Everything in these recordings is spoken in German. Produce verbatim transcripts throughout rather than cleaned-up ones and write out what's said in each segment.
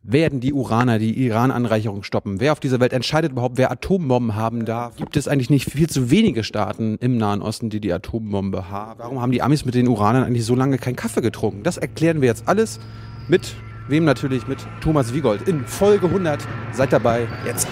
Werden die Iraner die Iran-Anreicherung stoppen? Wer auf dieser Welt entscheidet überhaupt, wer Atombomben haben darf? Gibt es eigentlich nicht viel zu wenige Staaten im Nahen Osten, die die Atombombe haben? Warum haben die Amis mit den Uranern eigentlich so lange keinen Kaffee getrunken? Das erklären wir jetzt alles mit, wem natürlich, mit Thomas Wiegold in Folge hundert. Seid dabei, jetzt.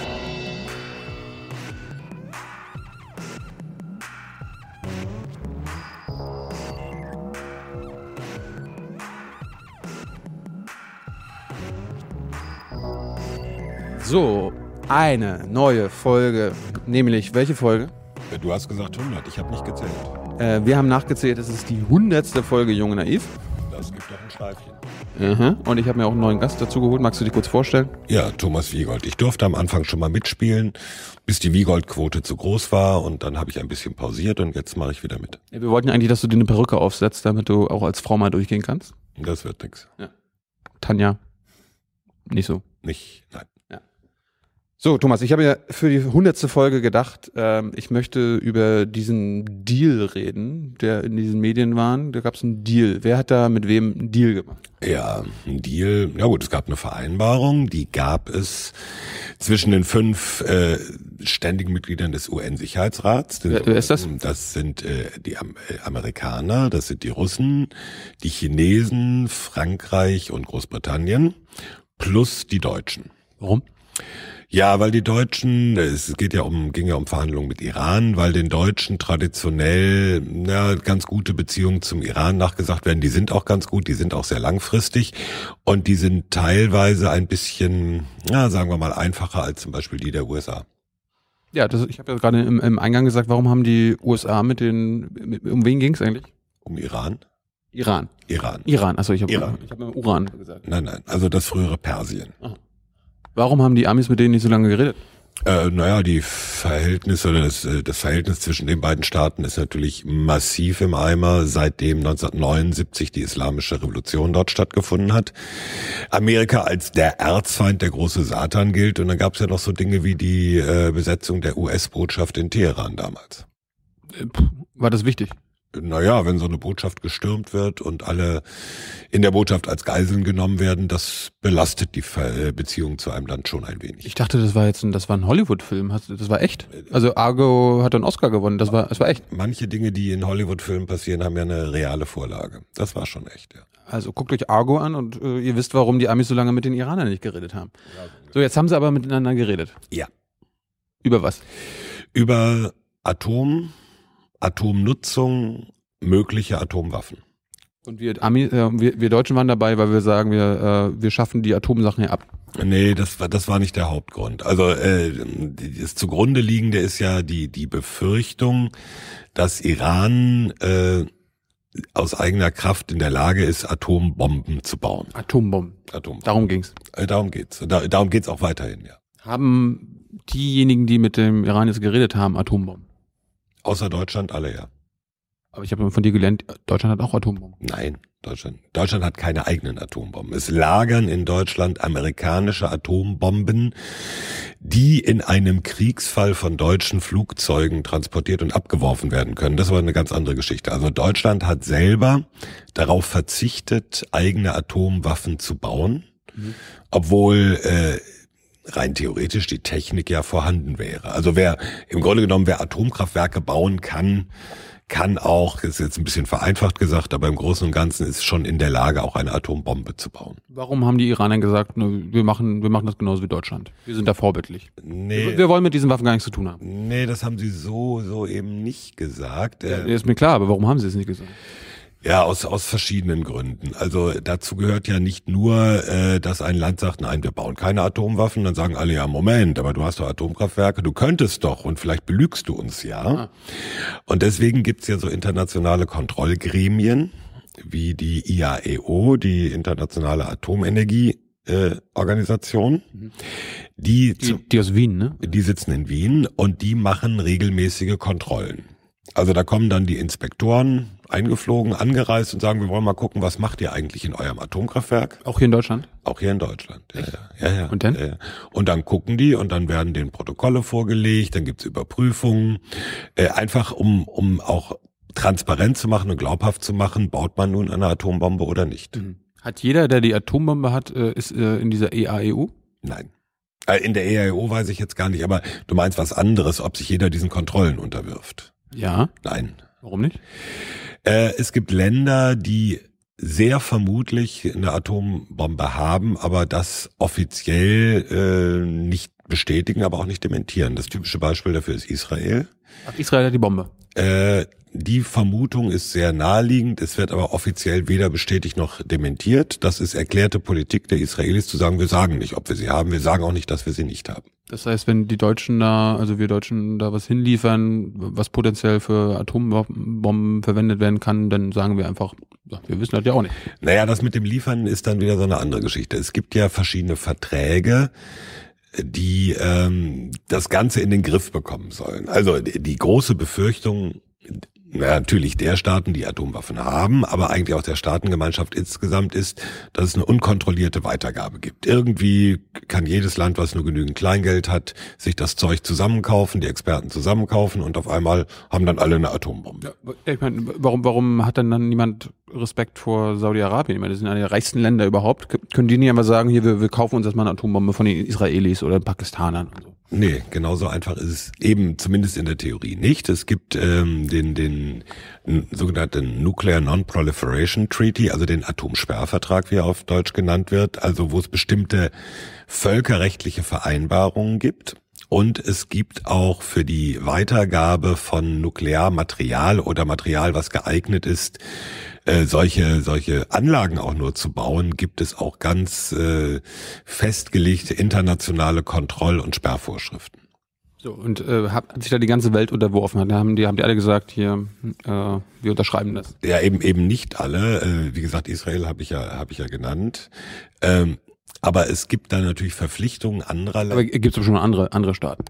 So, eine neue Folge, nämlich welche Folge? Du hast gesagt hundert, ich habe nicht gezählt. Äh, wir haben nachgezählt, es ist die hundertste Folge Jung und Naiv. Das gibt doch ein Schleifchen. Mhm. Und ich habe mir auch einen neuen Gast dazu geholt. Magst du dich kurz vorstellen? Ja, Thomas Wiegold. Ich durfte am Anfang schon mal mitspielen, bis die Wiegold-Quote zu groß war und dann habe ich ein bisschen pausiert und jetzt mache ich wieder mit. Ja, wir wollten eigentlich, dass du dir eine Perücke aufsetzt, damit du auch als Frau mal durchgehen kannst. Das wird nix. Ja. Tanja, nicht so. Nicht, nein. So, Thomas, ich habe ja für die hundertste Folge gedacht, ähm, ich möchte über diesen Deal reden, der in diesen Medien war. Da gab es einen Deal. Wer hat da mit wem einen Deal gemacht? Ja, ein Deal. Ja gut, es gab eine Vereinbarung, die gab es zwischen den fünf äh, ständigen Mitgliedern des U N-Sicherheitsrats. Wer, wer ist das? Das sind äh, die Am- äh, Amerikaner, das sind die Russen, die Chinesen, Frankreich und Großbritannien plus die Deutschen. Warum? Ja, weil die Deutschen, es geht ja um, ging ja um Verhandlungen mit Iran, weil den Deutschen traditionell ja, ganz gute Beziehungen zum Iran nachgesagt werden. Die sind auch ganz gut, die sind auch sehr langfristig und die sind teilweise ein bisschen, ja, sagen wir mal, einfacher als zum Beispiel die der U S A. Ja, das, ich habe ja gerade im, im Eingang gesagt, warum haben die U S A mit den, mit, um wen ging es eigentlich? Um Iran? Iran. Iran. Iran, achso, ich habe Iran. ich hab mit Uran gesagt. Nein, nein, also das frühere Persien. Aha. Warum haben die Amis mit denen nicht so lange geredet? Äh, naja, die Verhältnisse oder das, das Verhältnis zwischen den beiden Staaten ist natürlich massiv im Eimer, seitdem neunzehnhundertneunundsiebzig die Islamische Revolution dort stattgefunden hat. Amerika als der Erzfeind, der große Satan gilt und dann gab es ja noch so Dinge wie die äh, Besetzung der U S-Botschaft in Teheran damals. War das wichtig? Naja, wenn so eine Botschaft gestürmt wird und alle in der Botschaft als Geiseln genommen werden, das belastet die Beziehung zu einem Land schon ein wenig. Ich dachte, das war jetzt ein, das war ein Hollywood-Film. Das war echt? Also Argo hat einen Oscar gewonnen. Das war, das war echt. Manche Dinge, die in Hollywood-Filmen passieren, haben ja eine reale Vorlage. Das war schon echt, ja. Also guckt euch Argo an und äh, ihr wisst, warum die Amis so lange mit den Iranern nicht geredet haben. So, jetzt haben sie aber miteinander geredet. Ja. Über was? Über Atom, Atomnutzung, mögliche Atomwaffen. Und wir, Ami, äh, wir, wir Deutschen waren dabei, weil wir sagen, wir, äh, wir schaffen die Atomsachen ja ab. Nee, das war, das war nicht der Hauptgrund. Also äh, das zugrunde liegende ist ja die, die Befürchtung, dass Iran äh, aus eigener Kraft in der Lage ist, Atombomben zu bauen. Atombomben. Atombomben. Darum ging's. Äh, darum geht's. Da, darum geht's auch weiterhin, ja. Haben diejenigen, die mit dem Iran jetzt geredet haben, Atombomben? Außer Deutschland alle, ja. Aber ich habe von dir gelernt, Deutschland hat auch Atombomben. Nein, Deutschland. Deutschland hat keine eigenen Atombomben. Es lagern in Deutschland amerikanische Atombomben, die in einem Kriegsfall von deutschen Flugzeugen transportiert und abgeworfen werden können. Das war eine ganz andere Geschichte. Also Deutschland hat selber darauf verzichtet, eigene Atomwaffen zu bauen, mhm. obwohl äh, rein theoretisch die Technik ja vorhanden wäre. Also wer im Grunde genommen, wer Atomkraftwerke bauen kann, kann auch, ist jetzt ein bisschen vereinfacht gesagt, aber im Großen und Ganzen ist schon in der Lage, auch eine Atombombe zu bauen. Warum haben die Iraner gesagt, ne, wir machen wir machen das genauso wie Deutschland? Wir sind da vorbildlich. Nee, wir, wir wollen mit diesen Waffen gar nichts zu tun haben. Nee, das haben sie so so eben nicht gesagt. Ja, ist mir klar, aber warum haben sie es nicht gesagt? Ja, aus aus verschiedenen Gründen. Also dazu gehört ja nicht nur, äh, dass ein Land sagt, nein, wir bauen keine Atomwaffen, dann sagen alle, ja, Moment, aber du hast doch Atomkraftwerke, du könntest doch und vielleicht belügst du uns ja. Ah. Und deswegen gibt's ja so internationale Kontrollgremien wie die I A E O, die Internationale Atomenergieorganisation, äh, mhm. die, die, die aus Wien, ne? Die sitzen in Wien und die machen regelmäßige Kontrollen. Also da kommen dann die Inspektoren eingeflogen, angereist und sagen, wir wollen mal gucken, was macht ihr eigentlich in eurem Atomkraftwerk? Auch hier in Deutschland? Auch hier in Deutschland, ja, ja, ja, ja. Und dann? Ja, ja. Und dann gucken die und dann werden denen Protokolle vorgelegt, dann gibt's Überprüfungen, äh, einfach um um auch transparent zu machen und glaubhaft zu machen, baut man nun eine Atombombe oder nicht. Mhm. Hat jeder, der die Atombombe hat, ist in dieser E A E U? Nein. In der E A E U weiß ich jetzt gar nicht, aber du meinst was anderes, ob sich jeder diesen Kontrollen unterwirft. Ja. Nein. Warum nicht? Äh, es gibt Länder, die sehr vermutlich eine Atombombe haben, aber das offiziell äh, nicht bestätigen, aber auch nicht dementieren. Das typische Beispiel dafür ist Israel. Ach, Israel hat die Bombe. Äh, die Vermutung ist sehr naheliegend, es wird aber offiziell weder bestätigt noch dementiert. Das ist erklärte Politik der Israelis, zu sagen, wir sagen nicht, ob wir sie haben, wir sagen auch nicht, dass wir sie nicht haben. Das heißt, wenn die Deutschen da, also wir Deutschen da was hinliefern, was potenziell für Atombomben verwendet werden kann, dann sagen wir einfach, wir wissen das ja auch nicht. Naja, das mit dem Liefern ist dann wieder so eine andere Geschichte. Es gibt ja verschiedene Verträge, die ähm, das Ganze in den Griff bekommen sollen. Also die, die große Befürchtung, natürlich der Staaten, die Atomwaffen haben, aber eigentlich auch der Staatengemeinschaft insgesamt ist, dass es eine unkontrollierte Weitergabe gibt. Irgendwie kann jedes Land, was nur genügend Kleingeld hat, sich das Zeug zusammenkaufen, die Experten zusammenkaufen und auf einmal haben dann alle eine Atombombe. Ja, ich meine, warum, warum hat denn dann niemand Respekt vor Saudi-Arabien? Ich meine, das sind eine der reichsten Länder überhaupt. Können die nicht einmal sagen, hier, wir, wir kaufen uns erstmal eine Atombombe von den Israelis oder den Pakistanern und so? Nee, genauso einfach ist es eben zumindest in der Theorie nicht. Es gibt ähm, den den n, sogenannten Nuclear Non-Proliferation Treaty, also den Atomsperrvertrag, wie er auf Deutsch genannt wird, also wo es bestimmte völkerrechtliche Vereinbarungen gibt. Und es gibt auch für die Weitergabe von Nuklearmaterial oder Material, was geeignet ist, äh, solche solche Anlagen auch nur zu bauen, gibt es auch ganz äh, festgelegte internationale Kontroll- und Sperrvorschriften. So, und äh, hat sich da die ganze Welt unterworfen? Da haben die, haben die alle gesagt, hier, äh, wir unterschreiben das? Ja, eben eben nicht alle. Äh, wie gesagt, Israel habe ich ja habe ich ja genannt. Ähm, Aber es gibt da natürlich Verpflichtungen anderer Länder. Aber gibt es schon andere, andere Staaten?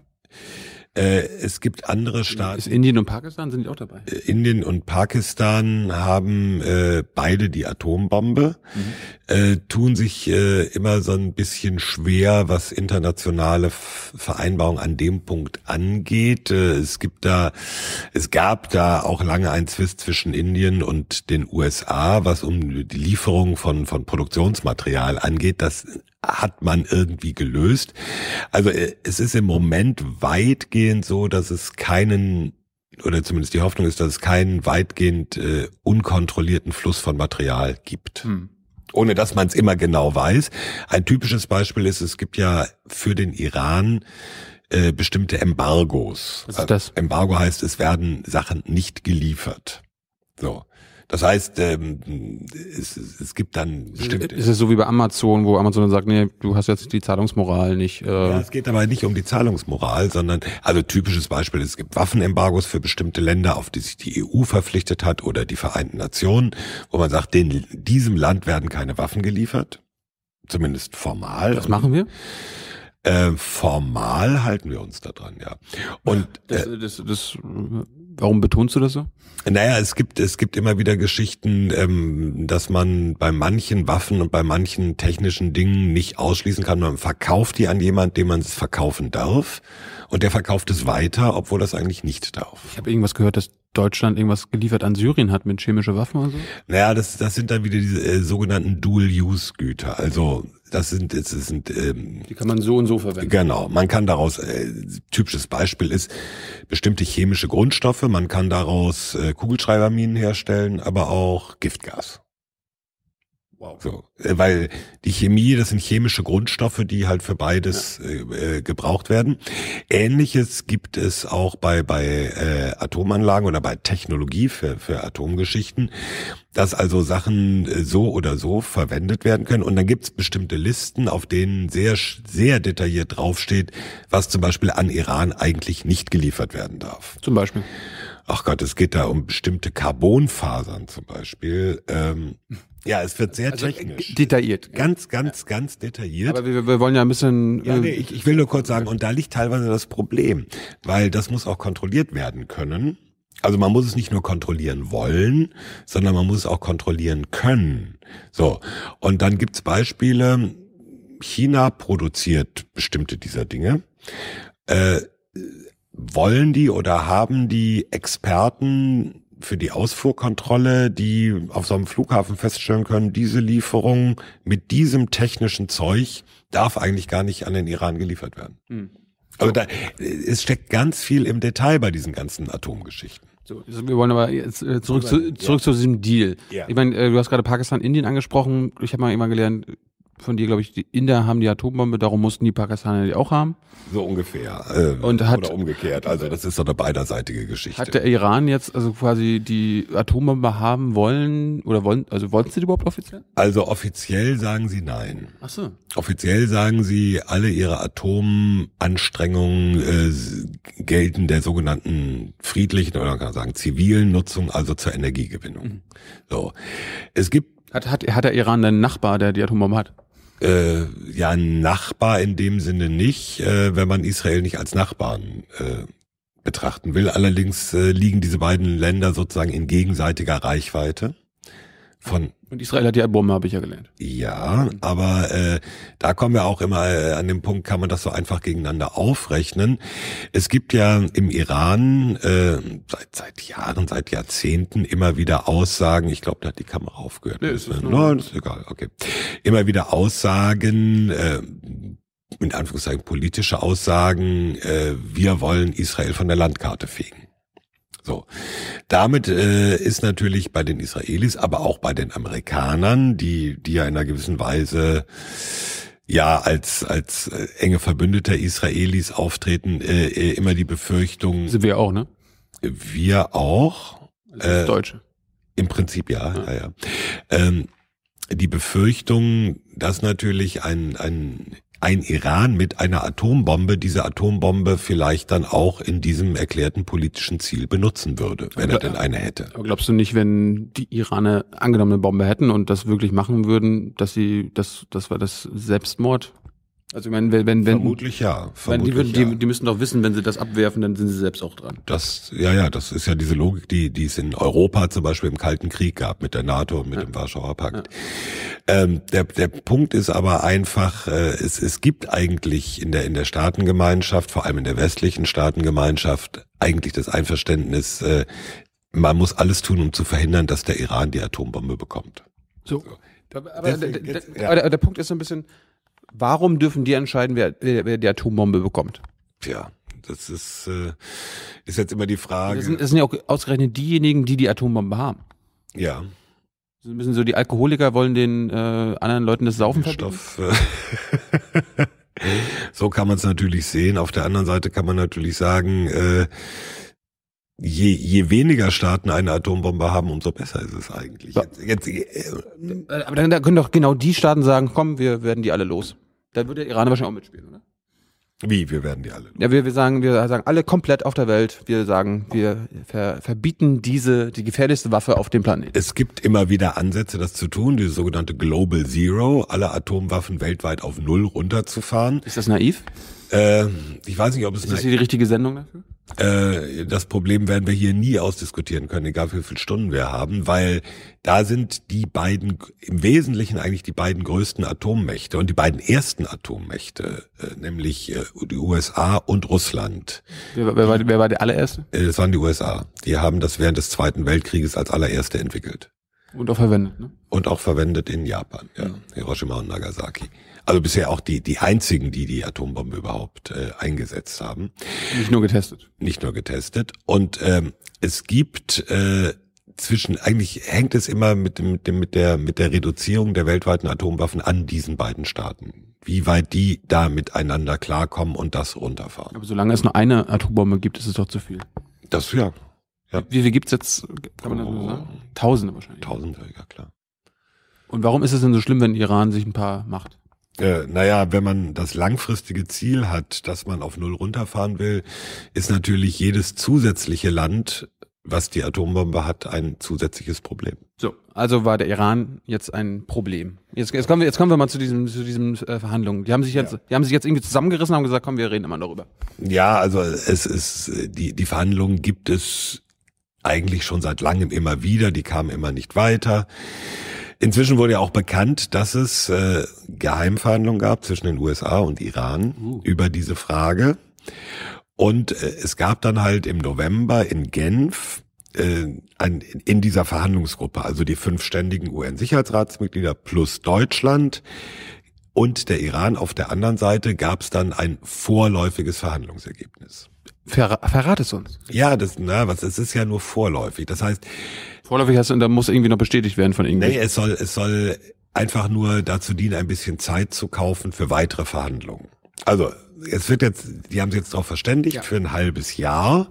Äh, es gibt andere Staaten. Ist Indien und Pakistan, sind die auch dabei? Indien und Pakistan haben äh, beide die Atombombe, mhm. äh, tun sich äh, immer so ein bisschen schwer, was internationale F- Vereinbarungen an dem Punkt angeht. Äh, es gibt da, es gab da auch lange einen Zwist zwischen Indien und den U S A, was um die Lieferung von von Produktionsmaterial angeht. Das hat man irgendwie gelöst. Also es ist im Moment weitgehend so, dass es keinen, oder zumindest die Hoffnung ist, dass es keinen weitgehend äh, unkontrollierten Fluss von Material gibt. Hm. Ohne dass man es immer genau weiß. Ein typisches Beispiel ist, es gibt ja für den Iran äh, bestimmte Embargos. Was ist das? Also, Embargo heißt, es werden Sachen nicht geliefert. So. Das heißt, ähm, es, es gibt dann bestimmte... Ist es so wie bei Amazon, wo Amazon dann sagt, nee, du hast jetzt die Zahlungsmoral nicht... Äh ja, es geht aber nicht um die Zahlungsmoral, sondern, also typisches Beispiel, es gibt Waffenembargos für bestimmte Länder, auf die sich die E U verpflichtet hat oder die Vereinten Nationen, wo man sagt, den, diesem Land werden keine Waffen geliefert, zumindest formal. Das machen wir? Äh, formal halten wir uns da dran, ja. Und das, das, das, warum betonst du das so? Naja, es gibt es gibt immer wieder Geschichten, ähm, dass man bei manchen Waffen und bei manchen technischen Dingen nicht ausschließen kann, man verkauft die an jemand, dem man es verkaufen darf, und der verkauft es weiter, obwohl das eigentlich nicht darf. Ich habe irgendwas gehört, dass Deutschland irgendwas geliefert an Syrien hat mit chemische Waffen und so? Naja, das das sind dann wieder diese äh, sogenannten Dual-Use-Güter, also das sind, das sind, ähm, die kann man so und so verwenden. Genau, man kann daraus, äh, typisches Beispiel ist bestimmte chemische Grundstoffe, man kann daraus äh, Kugelschreiberminen herstellen, aber auch Giftgas. Wow. So, äh, weil die Chemie, das sind chemische Grundstoffe, die halt für beides ja. äh, äh, gebraucht werden. Ähnliches gibt es auch bei bei äh, Atomanlagen oder bei Technologie für für Atomgeschichten, dass also Sachen äh, so oder so verwendet werden können. Und dann gibt es bestimmte Listen, auf denen sehr sehr detailliert draufsteht, was zum Beispiel an Iran eigentlich nicht geliefert werden darf. Zum Beispiel. Ach Gott, es geht da um bestimmte Carbonfasern zum Beispiel. Ähm, Ja, es wird sehr also technisch. Detailliert. Ganz, ganz, ganz detailliert. Aber wir, wir wollen ja ein bisschen... Ja, nee, ich, ich will nur kurz sagen, und da liegt teilweise das Problem, weil das muss auch kontrolliert werden können. Also man muss es nicht nur kontrollieren wollen, sondern man muss es auch kontrollieren können. So, und dann gibt's Beispiele, China produziert bestimmte dieser Dinge. Äh, wollen die oder haben die Experten für die Ausfuhrkontrolle, die auf so einem Flughafen feststellen können, diese Lieferung mit diesem technischen Zeug darf eigentlich gar nicht an den Iran geliefert werden. Mhm. Also da, es steckt ganz viel im Detail bei diesen ganzen Atomgeschichten. So, wir wollen aber jetzt zurück, zu, zurück ja. zu diesem Deal. Ja. Ich meine, du hast gerade Pakistan, Indien angesprochen. Ich habe mal irgendwann gelernt, von dir, glaube ich, die Inder haben die Atombombe, darum mussten die Pakistaner die auch haben. So ungefähr. Äh, und hat, oder umgekehrt. Also das ist so eine beiderseitige Geschichte. Hat der Iran jetzt also quasi die Atombombe haben wollen oder wollen, also wollten sie die überhaupt offiziell? Also offiziell sagen sie nein. Ach so. Offiziell sagen sie, alle ihre Atomanstrengungen äh, gelten der sogenannten friedlichen oder man kann sagen zivilen Nutzung, also zur Energiegewinnung. Mhm. So. Es gibt Hat, hat, hat der Iran einen Nachbar, der die Atombombe hat? Äh, ja, ein Nachbar in dem Sinne nicht, äh, wenn man Israel nicht als Nachbarn äh, betrachten will. Allerdings äh, liegen diese beiden Länder sozusagen in gegenseitiger Reichweite. Von Und Israel hat die Bombe, habe ich ja gelernt. Ja, aber äh, da kommen wir auch immer äh, an dem Punkt, kann man das so einfach gegeneinander aufrechnen. Es gibt ja im Iran äh, seit seit Jahren, seit Jahrzehnten immer wieder Aussagen, ich glaube, da hat die Kamera aufgehört. Nee, ist das Nein, ist egal, okay. Immer wieder Aussagen, äh, in Anführungszeichen politische Aussagen, äh, wir wollen Israel von der Landkarte fegen. So, damit äh, ist natürlich bei den Israelis, aber auch bei den Amerikanern, die die ja in einer gewissen Weise ja als als äh, enge Verbündeter Israelis auftreten, äh, äh, immer die Befürchtung. Sind wir auch, ne? Wir auch. Also äh, Deutsche. Im Prinzip ja, ja, ja. ja. Ähm, die Befürchtung, dass natürlich ein ein ein Iran mit einer Atombombe diese Atombombe vielleicht dann auch in diesem erklärten politischen Ziel benutzen würde, wenn er denn eine hätte. Aber glaubst du nicht, wenn die Iraner angenommen eine Bombe hätten und das wirklich machen würden, dass sie das das war das Selbstmord? Also ich meine, wenn wenn wenn vermutlich ja, vermutlich wenn die, ja. die die müssen doch wissen, wenn sie das abwerfen, dann sind sie selbst auch dran. Das ja ja, das ist ja diese Logik, die die es in Europa zum Beispiel im Kalten Krieg gab mit der NATO und mit ja. dem Warschauer Pakt. Ja. Ähm, der der Punkt ist aber einfach, äh, es es gibt eigentlich in der in der Staatengemeinschaft, vor allem in der westlichen Staatengemeinschaft, eigentlich das Einverständnis, äh, man muss alles tun, um zu verhindern, dass der Iran die Atombombe bekommt. So, so. Aber, aber, der, der, ja. aber der, der Punkt ist so ein bisschen, warum dürfen die entscheiden, wer, wer die Atombombe bekommt? Tja, das ist, äh, ist jetzt immer die Frage. Das sind, das sind ja auch ausgerechnet diejenigen, die die Atombombe haben. Ja. So ein bisschen so, die Alkoholiker wollen den äh, anderen Leuten das Saufen verbieten. Stoff. Äh, so kann man es natürlich sehen. Auf der anderen Seite kann man natürlich sagen, äh, Je, je weniger Staaten eine Atombombe haben, umso besser ist es eigentlich. Ja. Jetzt, jetzt, äh, aber dann, dann können doch genau die Staaten sagen, komm, wir werden die alle los. Dann würde der Iran wahrscheinlich auch mitspielen, oder? Wie, wir werden die alle los? Ja, wir, wir sagen, wir sagen alle komplett auf der Welt, wir sagen, wir ver, verbieten diese, die gefährlichste Waffe auf dem Planeten. Es gibt immer wieder Ansätze, das zu tun, diese sogenannte Global Zero, alle Atomwaffen weltweit auf Null runterzufahren. Ist das naiv? Äh, ich weiß nicht, ob es... Ist das hier die richtige Sendung dafür? Äh, das Problem werden wir hier nie ausdiskutieren können, egal wie viele Stunden wir haben, weil da sind die beiden, im Wesentlichen eigentlich die beiden größten Atommächte und die beiden ersten Atommächte, äh, nämlich äh, die U S A und Russland. Wer, wer, war, wer war der allererste? Äh, das waren die U S A. Die haben das während des Zweiten Weltkrieges als allererste entwickelt. Und auch verwendet, ne? Und auch verwendet in Japan, ja. Mhm. Hiroshima und Nagasaki. Also bisher auch die die einzigen, die die Atombombe überhaupt äh, eingesetzt haben. Nicht nur getestet. Nicht nur getestet. Und ähm, es gibt äh, zwischen, eigentlich hängt es immer mit dem mit dem mit der mit der Reduzierung der weltweiten Atomwaffen an diesen beiden Staaten. Wie weit die da miteinander klarkommen und das runterfahren. Aber solange es nur eine Atombombe gibt, ist es doch zu viel. Das ja. ja. Wie viel gibt's jetzt? Kann man das so sagen? Tausende wahrscheinlich. Tausende, ja klar. Und warum ist es denn so schlimm, wenn Iran sich ein paar macht? Äh, naja, wenn man das langfristige Ziel hat, dass man auf Null runterfahren will, ist natürlich jedes zusätzliche Land, was die Atombombe hat, ein zusätzliches Problem. So, also war der Iran jetzt ein Problem. Jetzt, jetzt kommen wir, jetzt kommen wir mal zu diesem, zu diesen äh, Verhandlungen. Die haben sich jetzt, ja. die haben sich jetzt irgendwie zusammengerissen und haben gesagt, komm, wir reden immer darüber. Ja, also es ist die die Verhandlungen gibt es eigentlich schon seit langem immer wieder. Die kamen immer nicht weiter. Inzwischen wurde ja auch bekannt, dass es äh, Geheimverhandlungen gab zwischen den U S A und Iran uh. über diese Frage. Und äh, es gab dann halt im November in Genf äh, an, in dieser Verhandlungsgruppe, also die fünf ständigen U N-Sicherheitsratsmitglieder plus Deutschland und der Iran auf der anderen Seite, gab es dann ein vorläufiges Verhandlungsergebnis. Ver, verrat es uns. Ja, das, na, was, es ist ja nur vorläufig. Das heißt, vorläufig heißt, und da muss irgendwie noch bestätigt werden von irgendwie. Nee, es soll, es soll einfach nur dazu dienen, ein bisschen Zeit zu kaufen für weitere Verhandlungen. Also, es wird jetzt, die haben sich jetzt darauf verständigt, ja. für ein halbes Jahr,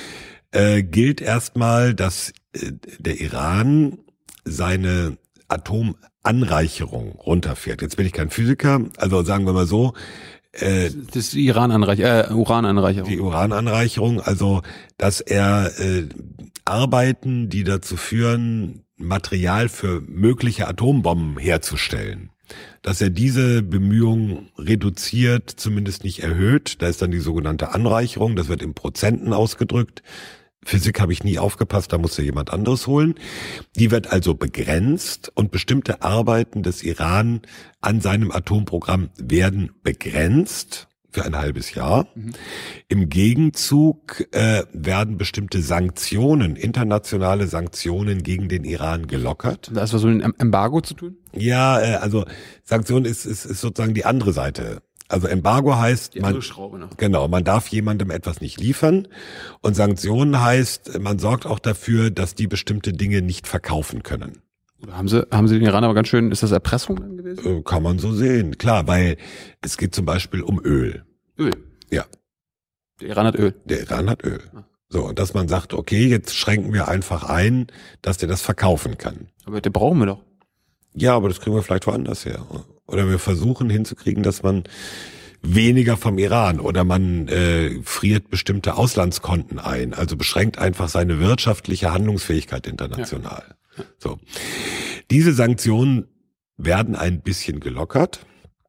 äh, gilt erstmal, dass äh, der Iran seine Atomanreicherung runterfährt. Jetzt bin ich kein Physiker, also sagen wir mal so, Äh, das ist die Iran-Anreicherung, äh, Urananreicherung. Die Urananreicherung, also dass er äh, Arbeiten, die dazu führen, Material für mögliche Atombomben herzustellen, dass er diese Bemühungen reduziert, zumindest nicht erhöht. Da ist dann die sogenannte Anreicherung, das wird in Prozenten ausgedrückt. Physik habe ich nie aufgepasst, da musste jemand anderes holen. Die wird also begrenzt und bestimmte Arbeiten des Iran an seinem Atomprogramm werden begrenzt für ein halbes Jahr. Mhm. Im Gegenzug äh, werden bestimmte Sanktionen, internationale Sanktionen gegen den Iran gelockert. Da ist was mit einem Embargo zu tun? Ja, äh, also Sanktionen ist, ist, ist sozusagen die andere Seite. Also Embargo heißt, man, genau, man darf jemandem etwas nicht liefern, und Sanktionen heißt, man sorgt auch dafür, dass die bestimmte Dinge nicht verkaufen können. Oder haben sie, haben sie den Iran aber ganz schön, ist das Erpressung dann gewesen? Äh, kann man so sehen, klar, weil es geht zum Beispiel um Öl. Öl? Ja. Der Iran hat Öl? Der Iran hat Öl. Ah. So, und dass man sagt, okay, jetzt schränken wir einfach ein, dass der das verkaufen kann. Aber den brauchen wir doch. Ja, aber das kriegen wir vielleicht woanders her. Oder wir versuchen hinzukriegen, dass man weniger vom Iran, oder man äh, friert bestimmte Auslandskonten ein, also beschränkt einfach seine wirtschaftliche Handlungsfähigkeit international. Ja. So. Diese Sanktionen werden ein bisschen gelockert,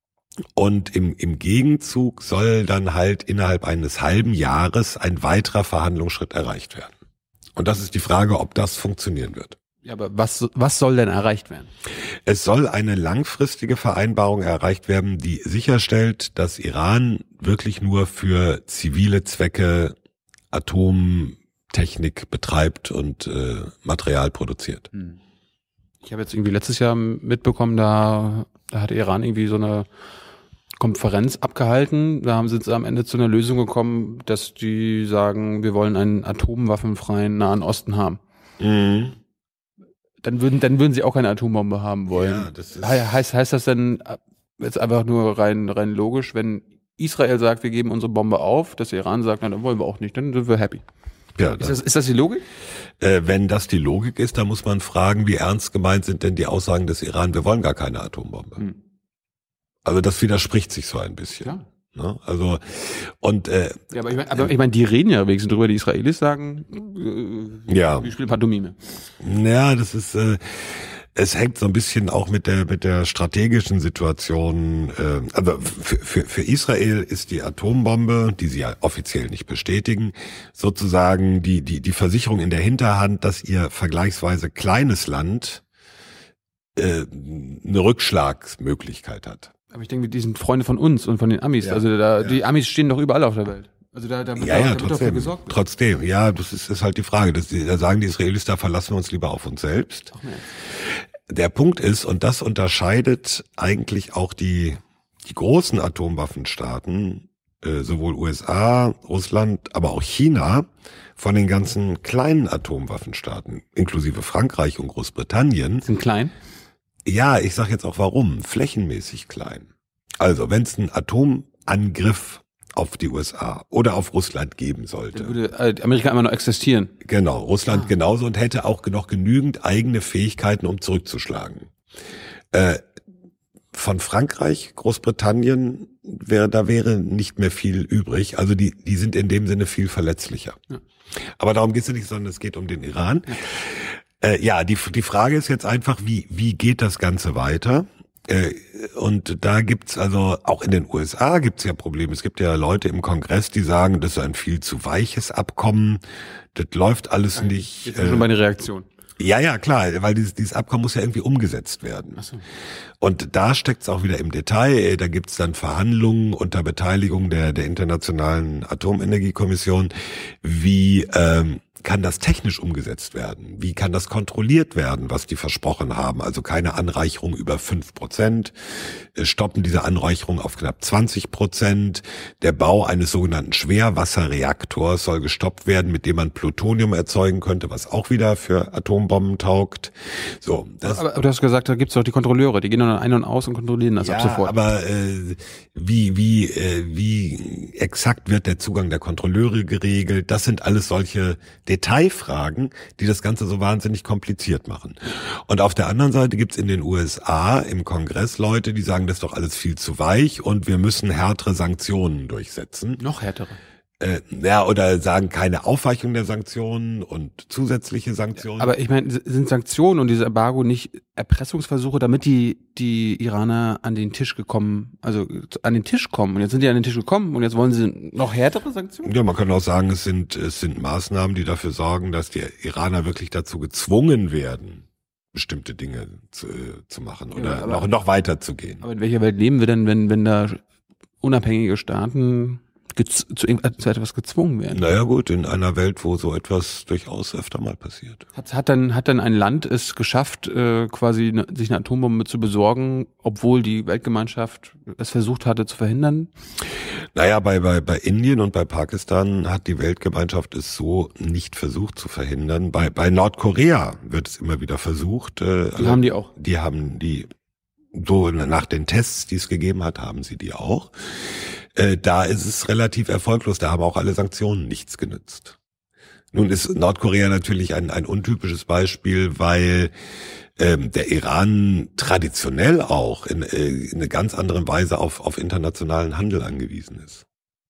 und im, im Gegenzug soll dann halt innerhalb eines halben Jahres ein weiterer Verhandlungsschritt erreicht werden. Und das ist die Frage, ob das funktionieren wird. Ja, aber was, was soll denn erreicht werden? Es soll eine langfristige Vereinbarung erreicht werden, die sicherstellt, dass Iran wirklich nur für zivile Zwecke Atomtechnik betreibt und äh, Material produziert. Ich habe jetzt irgendwie letztes Jahr mitbekommen, da, da hat Iran irgendwie so eine Konferenz abgehalten. Da haben sie jetzt am Ende zu einer Lösung gekommen, dass die sagen, wir wollen einen atomwaffenfreien Nahen Osten haben. Mhm. Dann würden, dann würden sie auch keine Atombombe haben wollen. Ja, das ist He heißt, heißt das denn jetzt einfach nur rein, rein logisch, wenn Israel sagt, wir geben unsere Bombe auf, dass der Iran sagt, na, dann wollen wir auch nicht, dann sind wir happy. Ja, ist, das, ist das die Logik? Äh, wenn das die Logik ist, dann muss man fragen, wie ernst gemeint sind denn die Aussagen des Iran, wir wollen gar keine Atombombe. Hm. Also das widerspricht sich so ein bisschen. Ja. Ne? Also und äh, ja, aber ich meine, aber ich mein, die reden ja wenigstens drüber, die Israelis sagen, äh, ja, wir spielen Pantomime. Ja, das ist, äh, es hängt so ein bisschen auch mit der mit der strategischen Situation. Äh, also für, für, für Israel ist die Atombombe, die sie ja offiziell nicht bestätigen, sozusagen die die die Versicherung in der Hinterhand, dass ihr vergleichsweise kleines Land äh, eine Rückschlagsmöglichkeit hat. Aber ich denke, die sind Freunde von uns und von den Amis. Ja, also da, ja. Die Amis stehen doch überall auf der Welt. Also da, da wird ja, da, ja, da trotzdem, wird gesorgt. Trotzdem, ja, das ist, ist halt die Frage. Das, da sagen die Israelis, da verlassen wir uns lieber auf uns selbst. Ach, der Punkt ist, und das unterscheidet eigentlich auch die, die großen Atomwaffenstaaten, äh, sowohl U S A, Russland, aber auch China, von den ganzen kleinen Atomwaffenstaaten, inklusive Frankreich und Großbritannien. Sind klein? Ja, ich sag jetzt auch warum. Flächenmäßig klein. Also, wenn es einen Atomangriff auf die U S A oder auf Russland geben sollte. Dann würde Amerika immer noch existieren. Genau, Russland ah. genauso, und hätte auch noch genügend eigene Fähigkeiten, um zurückzuschlagen. Äh, von Frankreich, Großbritannien, wäre, da wäre nicht mehr viel übrig. Also die, die sind in dem Sinne viel verletzlicher. Ja. Aber darum geht es nicht, sondern es geht um den Iran. Ja. Äh, ja, die, die Frage ist jetzt einfach, wie, wie geht das Ganze weiter? Äh, und da gibt's also, auch in den U S A gibt's ja Probleme. Es gibt ja Leute im Kongress, die sagen, das ist ein viel zu weiches Abkommen. Das läuft alles ja, nicht. Jetzt äh, schon meine Reaktion. Ja, ja, klar, weil dieses, dieses Abkommen muss ja irgendwie umgesetzt werden. Ach so. Und da steckt's auch wieder im Detail. Da gibt's dann Verhandlungen unter Beteiligung der, der Internationalen Atomenergiekommission, wie ähm, kann das technisch umgesetzt werden? Wie kann das kontrolliert werden, was die versprochen haben? Also keine Anreicherung über fünf Prozent, stoppen diese Anreicherung auf knapp zwanzig Prozent. Der Bau eines sogenannten Schwerwasserreaktors soll gestoppt werden, mit dem man Plutonium erzeugen könnte, was auch wieder für Atombomben taugt. So, das aber, aber du hast gesagt, da gibt's doch die Kontrolleure, die gehen dann ein und aus und kontrollieren das ja, ab sofort. aber äh, wie wie äh, wie exakt wird der Zugang der Kontrolleure geregelt? Das sind alles solche Detailfragen, die das Ganze so wahnsinnig kompliziert machen. Und auf der anderen Seite gibt's in den U S A im Kongress Leute, die sagen, das ist doch alles viel zu weich und wir müssen härtere Sanktionen durchsetzen. Noch härtere. Äh, ja, oder sagen keine Aufweichung der Sanktionen und zusätzliche Sanktionen. Aber ich meine, sind Sanktionen und dieses Embargo nicht Erpressungsversuche, damit die die Iraner an den Tisch gekommen, also an den Tisch kommen? Und jetzt sind die an den Tisch gekommen und jetzt wollen sie noch härtere Sanktionen? Ja, man kann auch sagen, es sind es sind Maßnahmen, die dafür sorgen, dass die Iraner wirklich dazu gezwungen werden, bestimmte Dinge zu, zu machen oder ja, noch noch weiter zu gehen. Aber in welcher Welt leben wir denn, wenn wenn da unabhängige Staaten Gez- zu, zu etwas gezwungen werden? Naja gut, in einer Welt, wo so etwas durchaus öfter mal passiert. Hat, hat dann hat dann ein Land es geschafft, äh, quasi ne, sich eine Atombombe zu besorgen, obwohl die Weltgemeinschaft es versucht hatte zu verhindern? Naja, bei, bei, bei Indien und bei Pakistan hat die Weltgemeinschaft es so nicht versucht zu verhindern. Bei, bei Nordkorea wird es immer wieder versucht. Äh, die haben die auch. Die haben die, so nach den Tests, die es gegeben hat, haben sie die auch. Äh, da ist es relativ erfolglos, da haben auch alle Sanktionen nichts genützt. Nun ist Nordkorea natürlich ein, ein untypisches Beispiel, weil ähm, der Iran traditionell auch in, äh, in eine ganz andere Weise auf, auf internationalen Handel angewiesen ist.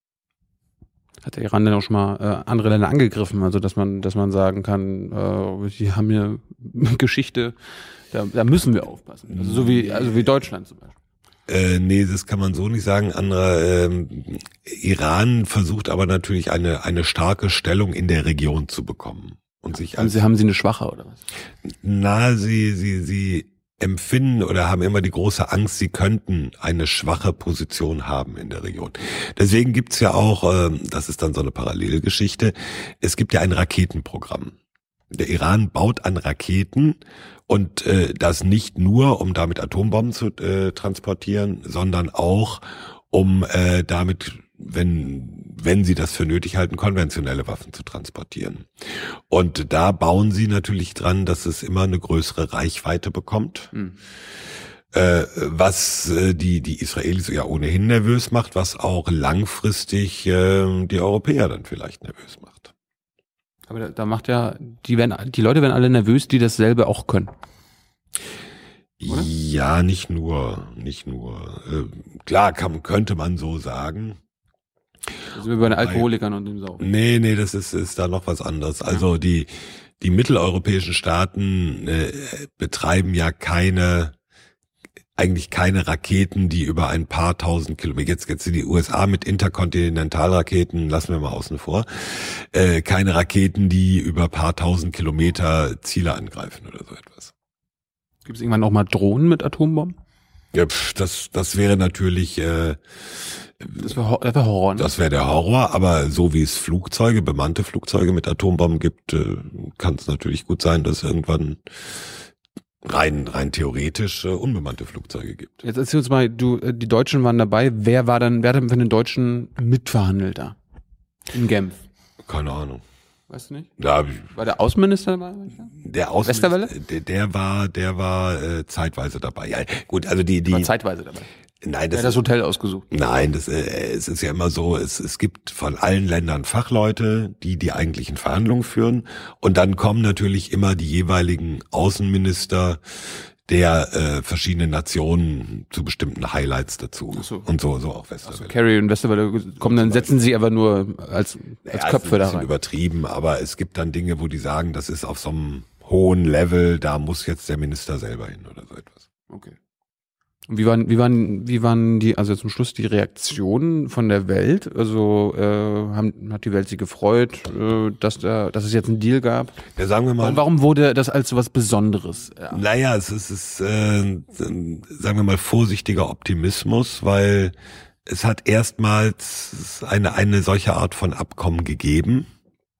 Hat der Iran denn auch schon mal äh, andere Länder angegriffen? Also dass man dass man sagen kann, äh, die haben hier Geschichte, da, da müssen wir aufpassen. Also so wie also wie Deutschland zum Beispiel. Äh, nee, das kann man so nicht sagen. Andere, ähm, Iran versucht aber natürlich eine eine starke Stellung in der Region zu bekommen und sich haben sie haben sie eine schwache oder was? Na, sie sie sie empfinden oder haben immer die große Angst, sie könnten eine schwache Position haben in der Region. Deswegen gibt's ja auch, äh, das ist dann so eine Parallelgeschichte. Es gibt ja ein Raketenprogramm. Der Iran baut an Raketen und äh, das nicht nur, um damit Atombomben zu äh, transportieren, sondern auch, um äh, damit, wenn wenn sie das für nötig halten, konventionelle Waffen zu transportieren. Und da bauen sie natürlich dran, dass es immer eine größere Reichweite bekommt. Mhm. Äh, was äh, die die Israelis ja ohnehin nervös macht, was auch langfristig äh, die Europäer dann vielleicht nervös macht. Aber da, da macht ja, die werden, die Leute werden alle nervös, die dasselbe auch können. Oder? Ja, nicht nur, nicht nur. Äh, klar kann, könnte man so sagen. Also wie bei den Alkoholikern und dem Saufen. Nee, nee, das ist, ist da noch was anderes. Also ja. die, die mitteleuropäischen Staaten äh, betreiben ja keine, eigentlich keine Raketen, die über ein paar tausend Kilometer, jetzt jetzt die U S A mit Interkontinentalraketen, lassen wir mal außen vor, äh, keine Raketen, die über paar tausend Kilometer Ziele angreifen oder so etwas. Gibt es irgendwann noch mal Drohnen mit Atombomben? Ja, pf, das das wäre natürlich äh, das wäre das wär Horror. Ne? Das wäre der Horror, aber so wie es Flugzeuge, bemannte Flugzeuge mit Atombomben gibt, äh, kann es natürlich gut sein, dass irgendwann rein rein theoretisch äh, unbemannte Flugzeuge gibt. Jetzt erzähl uns mal, du, äh, die Deutschen waren dabei. Wer war dann, wer hat denn für den Deutschen mitverhandelt da? In Genf? Keine Ahnung. Weißt du nicht? Da, war der Außenminister dabei? Der Außenminister, der, der war, der war äh, zeitweise dabei. Ja, gut, also die, die. War zeitweise dabei. Nein, das er hat das Hotel ausgesucht. Nein, das, äh, es ist ja immer so, es, es gibt von allen Ländern Fachleute, die die eigentlichen Verhandlungen führen. Und dann kommen natürlich immer die jeweiligen Außenminister der äh, verschiedenen Nationen zu bestimmten Highlights dazu. Ach so. Und so, so auch Westerwelle. Also Kerry und Westerwelle kommen, dann setzen sie aber nur als, als ja, Köpfe da rein. Das ist übertrieben, aber es gibt dann Dinge, wo die sagen, das ist auf so einem hohen Level, da muss jetzt der Minister selber hin oder so etwas. Okay. Und wie waren, wie waren, wie waren die, also zum Schluss die Reaktionen von der Welt? Also äh, haben, hat die Welt sich gefreut, äh, dass da, dass es jetzt einen Deal gab? Ja, sagen wir mal. Und warum wurde das als so was Besonderes? Ja. Naja, es ist, es ist äh, sagen wir mal vorsichtiger Optimismus, weil es hat erstmals eine eine solche Art von Abkommen gegeben,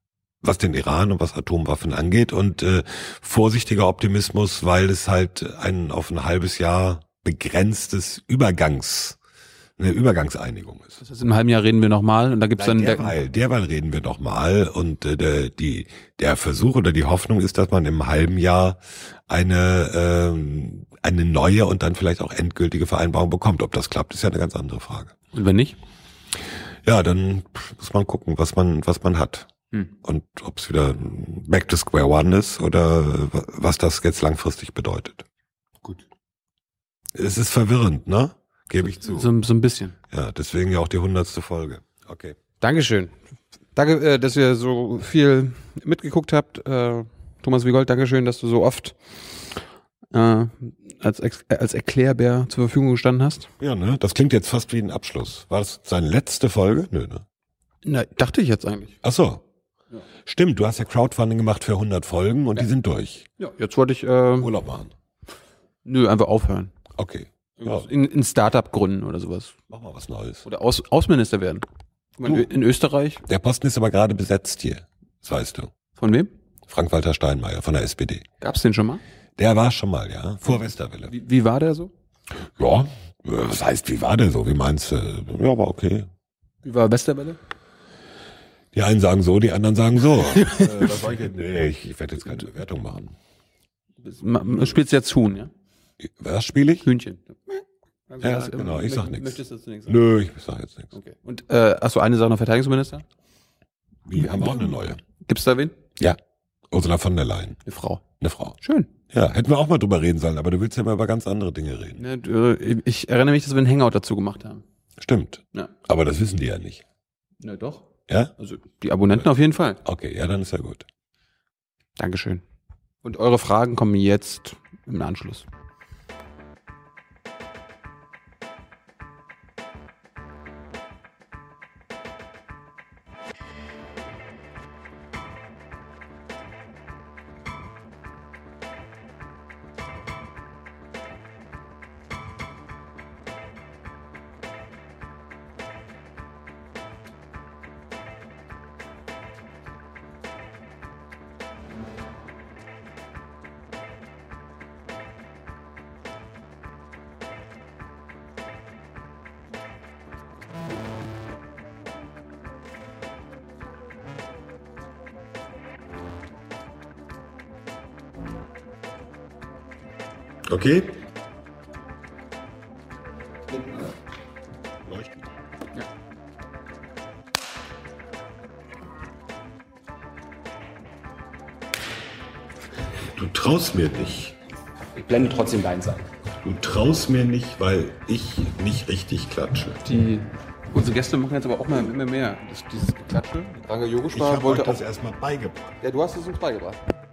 was den Iran und was Atomwaffen angeht und äh, vorsichtiger Optimismus, weil es halt ein auf ein halbes Jahr begrenztes Übergangs eine Übergangseinigung ist. Das heißt, im halben Jahr reden wir nochmal und da gibt's dann... Derweil, derweil reden wir nochmal und äh, der, die, der Versuch oder die Hoffnung ist, dass man im halben Jahr eine, ähm, eine neue und dann vielleicht auch endgültige Vereinbarung bekommt. Ob das klappt, ist ja eine ganz andere Frage. Und wenn nicht? Ja, dann muss man gucken, was man, was man hat. Hm. Und ob es wieder back to square one ist oder was das jetzt langfristig bedeutet. Gut. Es ist verwirrend, ne? Gebe ich zu. So, so ein bisschen. Ja, deswegen ja auch die hundertste Folge. Okay. Dankeschön. Danke, äh, dass ihr so viel mitgeguckt habt. Äh, Thomas Wiegold, Dankeschön, dass du so oft äh, als, als Erklärbär zur Verfügung gestanden hast. Ja, ne? Das klingt jetzt fast wie ein Abschluss. War das seine letzte Folge? Nö, ne? Na, dachte ich jetzt eigentlich. Ach so. Ja. Stimmt, du hast ja Crowdfunding gemacht für hundert Folgen und ja. die sind durch. Ja, jetzt wollte ich... Äh, Urlaub machen. Nö, einfach aufhören. Okay. Ja. In, in Startup gründen oder sowas. Mach mal was Neues. Oder Aus, Außenminister werden. Ich meine, in Österreich. Der Posten ist aber gerade besetzt hier. Das weißt du. Von wem? Frank-Walter Steinmeier von der S P D. Gab's den schon mal? Der war schon mal, ja. Vor Westerwelle. Wie, wie war der so? Ja. Was heißt, wie war der so? Wie meinst du? Ja, war okay. Wie war Westerwelle? Die einen sagen so, die anderen sagen so. äh, was soll ich denn? Nee, ich, ich werde jetzt keine Bewertung machen. Du spielst jetzt Huhn, ja? Was spiele ich? Hühnchen. Also Ja, das, genau, ich sag möcht- nichts. Möchtest du dazu nichts sagen? Nö, ich sag jetzt nichts. Okay. Und, äh, achso, eine Sache noch, Verteidigungsminister? Wir haben auch eine neue. Gibt's da wen? Ja. Ursula von der Leyen. Eine Frau. Eine Frau. Schön. Ja, hätten wir auch mal drüber reden sollen, aber du willst ja mal über ganz andere Dinge reden. Ja, du, äh, ich erinnere mich, dass wir einen Hangout dazu gemacht haben. Stimmt. Ja. Aber das wissen die ja nicht. Na doch. Ja? Also die Abonnenten auf jeden Fall. Okay, ja, dann ist ja gut. Dankeschön. Und eure Fragen kommen jetzt im Anschluss. Okay? Leuchten. Ja. Du traust mir nicht. Ich blende trotzdem deins ein. Du traust mir nicht, weil ich nicht richtig klatsche. Die, unsere Gäste machen jetzt aber auch mal immer mehr. Das, dieses Geklatsche. Ranga Ich Yogeshwar habe euch wollte das auch... erstmal beigebracht. Ja, du hast es uns beigebracht.